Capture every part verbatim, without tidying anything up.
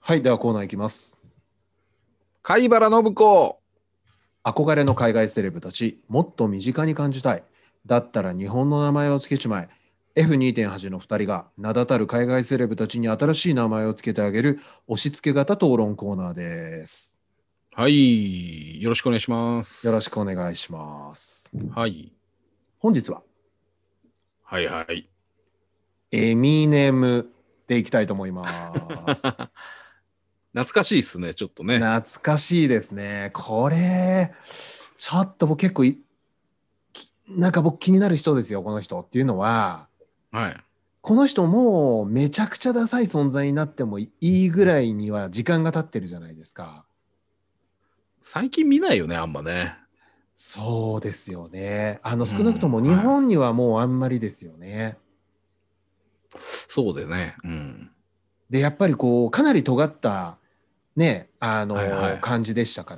はい、ではコーナーいきます。 貝原信子。 憧れの海外セレブたち、もっと身近に感じたい。だったら日本の名前を付けちまえ。エフにてんはち のふたりが名だたる海外セレブたちに新しい名前を付けてあげる押し付け型討論コーナーです。 はい。よろしくお願いしまよろしくおす。 願いします。 はい。 本日ははいはい。 エミネムでいきたいと思います。 懐かしいですね、ちょっとね。 懐かしいですね。これ、ちょっと僕結構いなんか僕気になる人ですよ、この人っていうのは、 はい。 この人もうめちゃくちゃダサい存在になってもいいぐらいには時間が経ってるじゃないですか。 最近見ないよね、あんまね。 そうですよね。あのうん、 少なくとも日はい。 本にはもうあんまりですよね。 そうでね。うん。 で、やっぱりこう、かなり尖ったね、あの、 はいはい。 感じでしたから、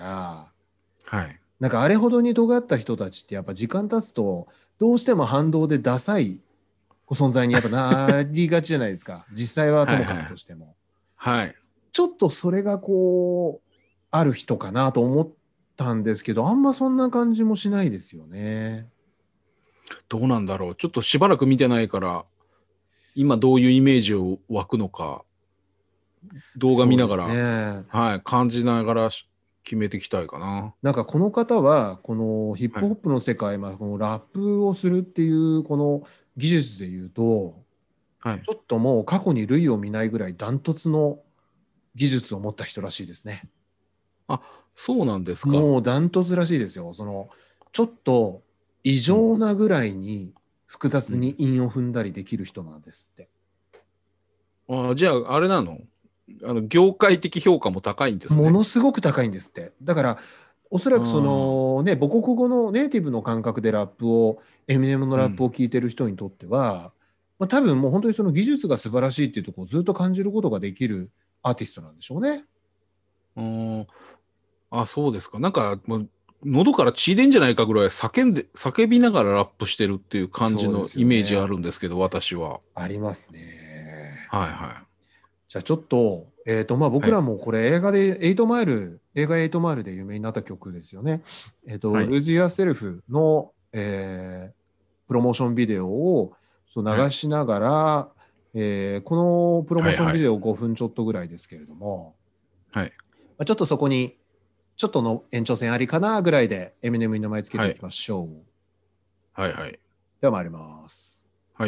はい。 なんかあれほどに尖った人たちってやっぱ時間経つと、どうしても反動でダサい存在にやっぱなりがちじゃないですか。実際はともかはいはい。 くとしても。 はい。 ちょっとそれがこう、ある人かなと思ったんですけど、あんまそんな感じもしないですよね。 どうなんだろう。ちょっとしばらく見てないから、今どういうイメージを湧くのか、動画そうです見ながら、 ね。 はい、感じながらし決めていきたいかな。 なんかこの方は、このヒッはい。 プホップの世界、まあ、このラップをするっていうこの技術で言うと、 はい。 ちょっともう過去に類を見ないぐらいダントツの技術を持った人らしいですね。 あ、そうなんですか。 もうダントツらしいですよ。その、ちょっと異うん。 常なぐらいに複雑にうん。 韻を踏んだりできる人なんですって。 あ、じゃあ、あれなの？あの、業界的評価も高いんですね。 ものすごく高いんですって。だから、おそらくそあのね、母国語のネイティブの感覚でラップを、エミネムのあ、うん。 ラップを聞いてる人にとっては、まあ、多分もう本当にその技術が素晴らしいっていうところをずっと感じることができるアーティストなんでしょうね。 あーあ、そうですか。なんか、もう、喉から血出んじゃないかぐらい叫んで、叫びながらラップしてるっていう感じそうでのイメージあすよね。 るんですけど、私は。 ありますね。 はいはじゃあちょっと、えっと、まあい。はい。 僕らもこれ映画でエイトマイル、映画エイトマイルで有名になった曲ですよね。えっと、 はい。 Lose Yourself の、えープロモーションビデオをそうはい。 流しながら、えーこのプロモーションはいはい。 ビデオごふんちょっとぐらいですけれども、 はい。 まあ、ちょっとそこにちょっとの延長線ありかなぐらいでエミネムに名前つけてはい。 いきましょう。 はいはい。 では参ります。 はい。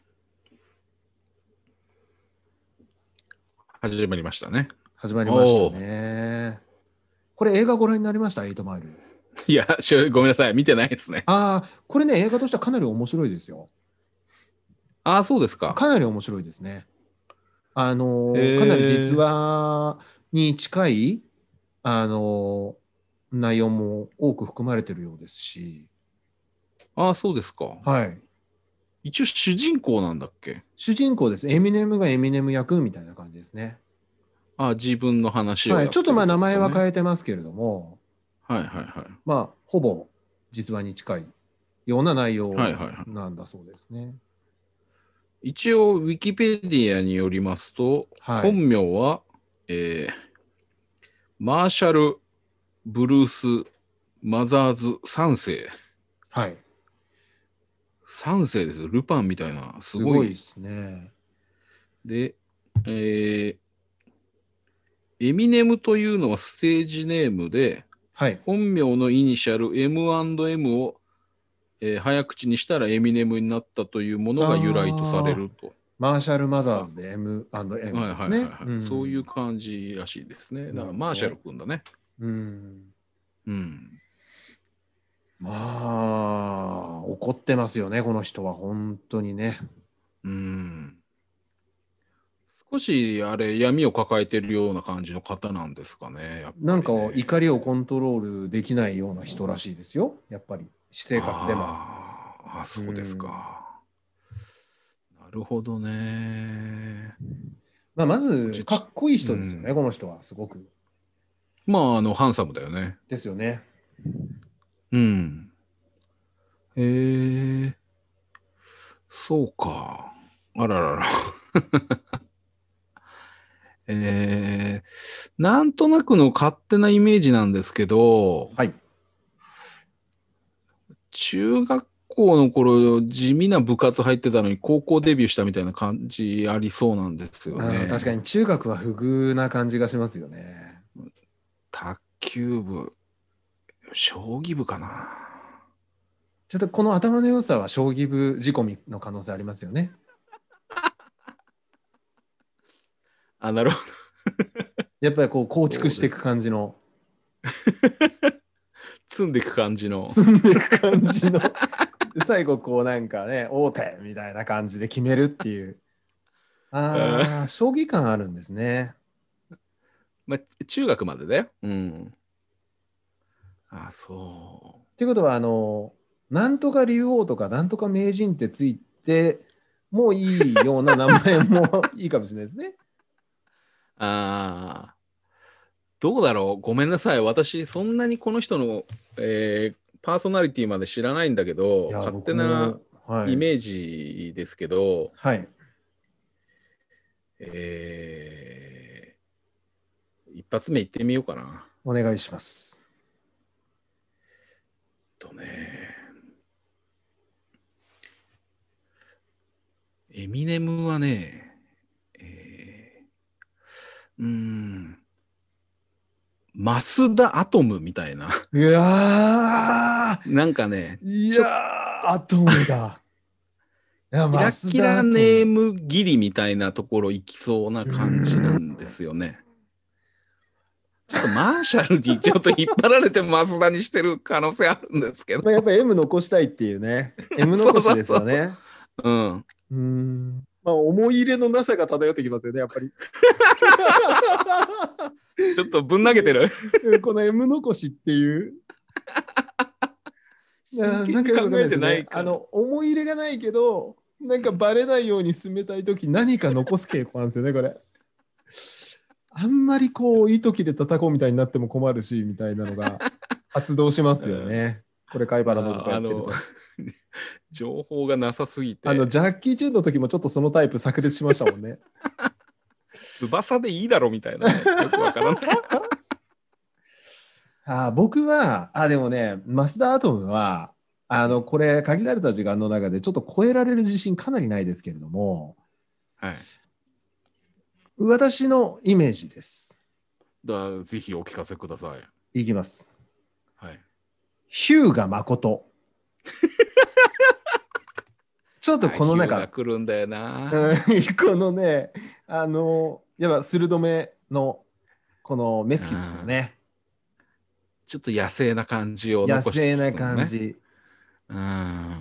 始まりましたね。 始まりましたおお。 ね。これ映画ご覧になりました？エイトマイル。 いや、しゅごめんなさい。見てないですね。 ああ、これね、映画としてはかなり面白いですよ。 ああ、そうですか。 かなり面白いですね。あへの、かなり実え。 話に近い、あの、内容も多く含まれているようですし、 ああ、そうですか。 はい。 一応主人公なんだっけ？ 主人公です。エミネムがエミネム役みたいな感じですね。 ああ、自分の話をはい。 やってるってちょっとまあ名ことね。 前は変えてますけれども、 はいはいはい。 まあ、ほぼ実話に近いような内容はいはいはい。 なんだそうですね。 一応、ウィキペディアによりますと、 はい。 本名は、えーマーシャル・ブルース・マザーズさん世。 はい。 さん世ですよ。ルパンみたいな。すごい。 すごいですね。 で、えーエミネムというのはステージネームで、 はい。 本名のイニシャル エムアンドエム を、えー早口にしたらエミネムになったというものが由来とされああ、 ると。 マーシャル・マザーあ、 ズで エムアンドエムはいですね。 はいはいはい。 うそういうん。 感じらしいですね。だなからマーシャルるほど。 君だね。 うん。 うん。 まあ、怒ってますよね、この人は。本当にね。 うん。少しあれ闇を抱えてるような感じの方なんですかね、やっなんかぱりね。 怒りをコントロールできないような人らしいですよ。やっぱり、私生活でも。 あーあ、 うそうですん。 か。なるほどね。 まあ、まず、 じゃち、 かっこいいう人ですよね、 ん。 この人は。すごく。 まあ、あの、ハンサムだよね。 ですよね。 うん。へえ、そうか。あららら。 えー、なんとなくの勝手なイメージなんですけど、 はい。 中学校の頃地味な部活入ってたのに高校デビューしたみたいな感じありそうなんですよあー、確かね。 に中学は不遇な感じがしますよね。 卓球部、将棋部かな。 ちょっとこの頭の良さは将棋部仕込みの可能性ありますよね。 あ、なるほやっぱりこう構ど。そうです。 築していく感じの、 積んでいく感じの。 積んでいく感じの、で最後こうなんかね、王手みたいな感じで決めるっていう。 うんああ、将棋感あるんですね。 まあ、中学までだよ。うん。あ、そっていうことは、あの、なんとか竜王とかなんとか名人ってついてもういいような名前もいいかもしれないですね。 う。ああ、どうだろう。ごめんなさい。私、そんなにこの人の、えーパーソナリティまで知らないんだけど、 いや、 勝手僕なも、はい。 イメージですけど、 はい。 えー一発目行ってみようかな。 お願いします。 とね、エミネムはね、えーうーん、マスダアトムみたいな。 いやなんかね、 ー、いちょっやー、アトムだ。いや、 キラ増田アキラネトム。 ームギリみたいなところ行きそうなうー感じなん。 んですよね。ちょっとマーシャルにちょっと引っ張られてマスダにしてる可能性あるんですけど。 まあ、やっぱ M 残したいっていうね。M そう残しですそうそうそよね。 う。うん。 うーん。まあ、思い入れのなさが漂ってきますよね、やっぱり。 ちょっとぶん投げてる。 うんこの M 残しっていう、 真ななんかよくわかんな剣に考えていですよね。 ないから。 あの、思い入れがないけど、なんかバレないように進めたいとき、何か残す傾向なんですよね、これ。あんまりこう、いい時で叩こうみたいになっても困るし、みたいなのが発動しますようん、 ね。これ、貝ま原信子あ、あの、 やってると。 情報がなさすぎあの、 て、 ジャッキー・チェンの時もちょっとそのタイプ炸裂しましたもんね。 翼でいいだろみたいなね。よくわからない。 あ僕は、あ、でもね、増田アトムは、あの、これ、限られた時間の中でちょっと超えられる自信かなりないですけれども、 はい。 私のイメージです。 だぜひお聞かせください。 いきます。 はい。 ヒューガ誠。ちょっとあ、ヒューがこの中、 来るんだようんな。 このね、あの、やっぱ鋭めの、この目つきですようん。 ね。 ちょっと野生な感じを野残しつ生なつのね。 感じ。 うん。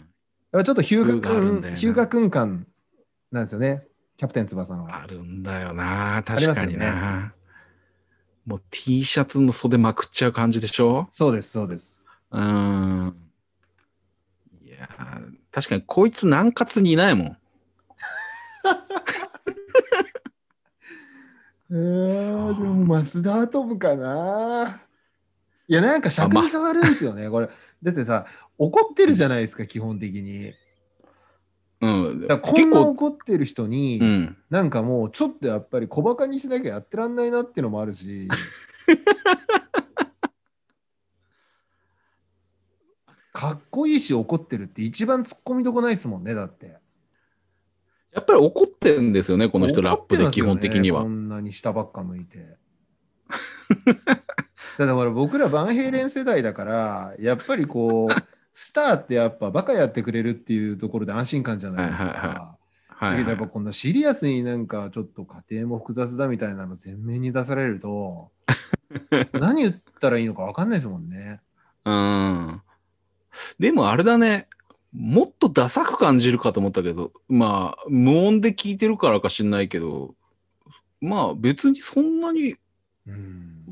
やっぱちょっとヒューガ風があるん君、 だよな。 ヒューガ君感なんですよね。キャプテン翼の。 あるんだよな。 あり確かにますよね。 な。もう T シャツの袖まくっちゃう感じでしょ。 そうです、そうです。 うん。いやー、確かにこいつ南葛にいないもん。 うーん、でそうも、増田アトムかな。いや、なんかあ、 尺にます。 触るんですよね、これ。だってさ、怒ってるじゃないですか、基本的に。 うん。 だからこんな結構、 怒ってる人に、 うん。 なんかもうちょっとやっぱり小バカにしなきゃやってらんないなっていうのもあるし、かっこいいし怒ってるって一番突っ込みどこないですもんね、だって。 やっぱり怒ってるんですよね、この人、ラッ怒ってまプで基本的すよね、 には。 こんなに下ばっか向いて。ただから僕らバンヘイレン世代だから、やっぱりこう、スターってやっぱバカやってくれるっていうところで安心感じゃないですはいはいはい。 か。だけどやっぱはいはい。 こんなシリアスになんかちょっと家庭も複雑だみたいなの全面に出されると、何言ったらいいのか分かんないですもんね。 うん。でもあれだね。もっとダサく感じるかと思ったけど、まあ、無音で聞いてるからか知んないけど、まあ別にそんなにうん。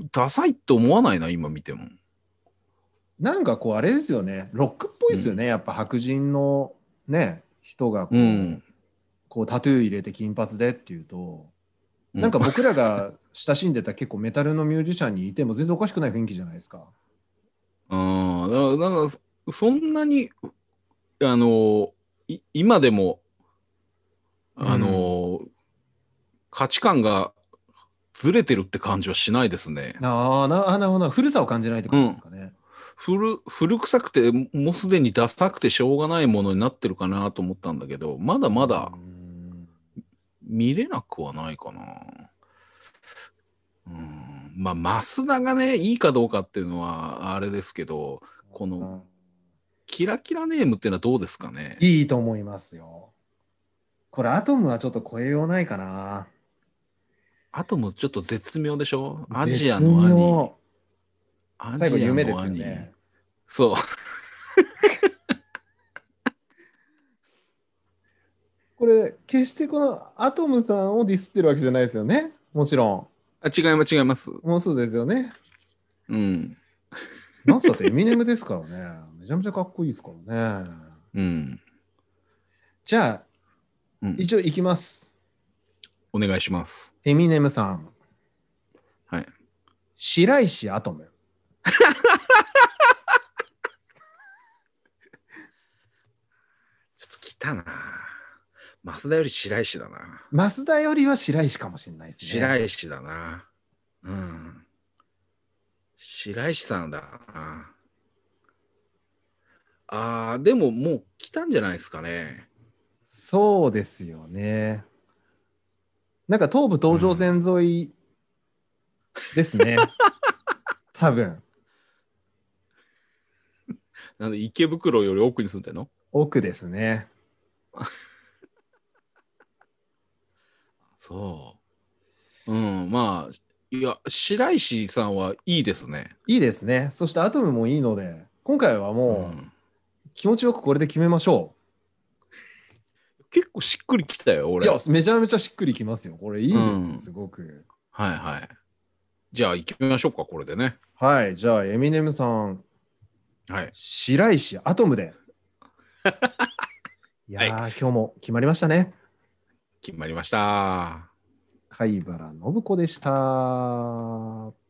ダサいって思わないな、今見ても。 なんかこうあれですよね、ロックっぽいですよね、 うん。 やっぱ白人のね、人がこう、 うん。 こうタトゥー入れて金髪でっていうと、 うん。 なんか僕らが親しんでた結構メタルのミュージシャンにいても全然おかしくない雰囲気じゃないですか。 ああ、だからなんか、そんなに、あの、い今でも、 うあん。 の、価値観がずれてるって感じはしないですね。 あーなあなるほど、古さを感じないってことですかね。 古古臭くてもうすでにダサくてしょうがないものになってるかなと思ったんだけど、まだまだうーん見れなくはないかな。うん、まあ増田がねいいかどうかっていうのはあれですけど、このキラキラネームっていうのはどうですかね。 いいと思いますよ。これアトムはちょっと超えようないかな。 あともちょっと絶妙でしょ。アジア絶の兄。 妙。 ア最後ジア夢ですよの兄。 ね。 そう。 これ決してこのアトムさんをディスってるわけじゃないですよね。もちろあ、違います違います。 ん。もうそうですよね。 うん。 なんつったってエミネムですからね。めちゃめちゃかっこいいですからね。 うん。 じゃあ、 うん、 一応いきます。 お願いします。 エミネムさん。 はい。 白石アトム。 ちょっと来たな。増田より白石だな。 増田よりは白石かもしれないですね。 白石だな。うん。白石さんだな。あー、でももう来たんじゃないですかね。 そうですよね。なんか東武東上線沿いですね。多分。 なんで池袋より奥に住んでんの？ 奥ですね。 そう。うん、まあ、いや、白石さんはいいですね。 いいですね。そしてアトムもいいので、今回はうもん、 う気持ちよくこれで決めましょ結構しっくりきたよ、 う。いや、 俺。 めちゃめちゃしっくりきますよ。これいういですよ、 ん。 すごく。 はいはい。じゃあ行きましょうか、これでね。 はい、じゃあエミネムさん、 はい。 白石アトムで。いやー、 はい。 今日も決まりましたね。 決まりました。 貝原信子でした。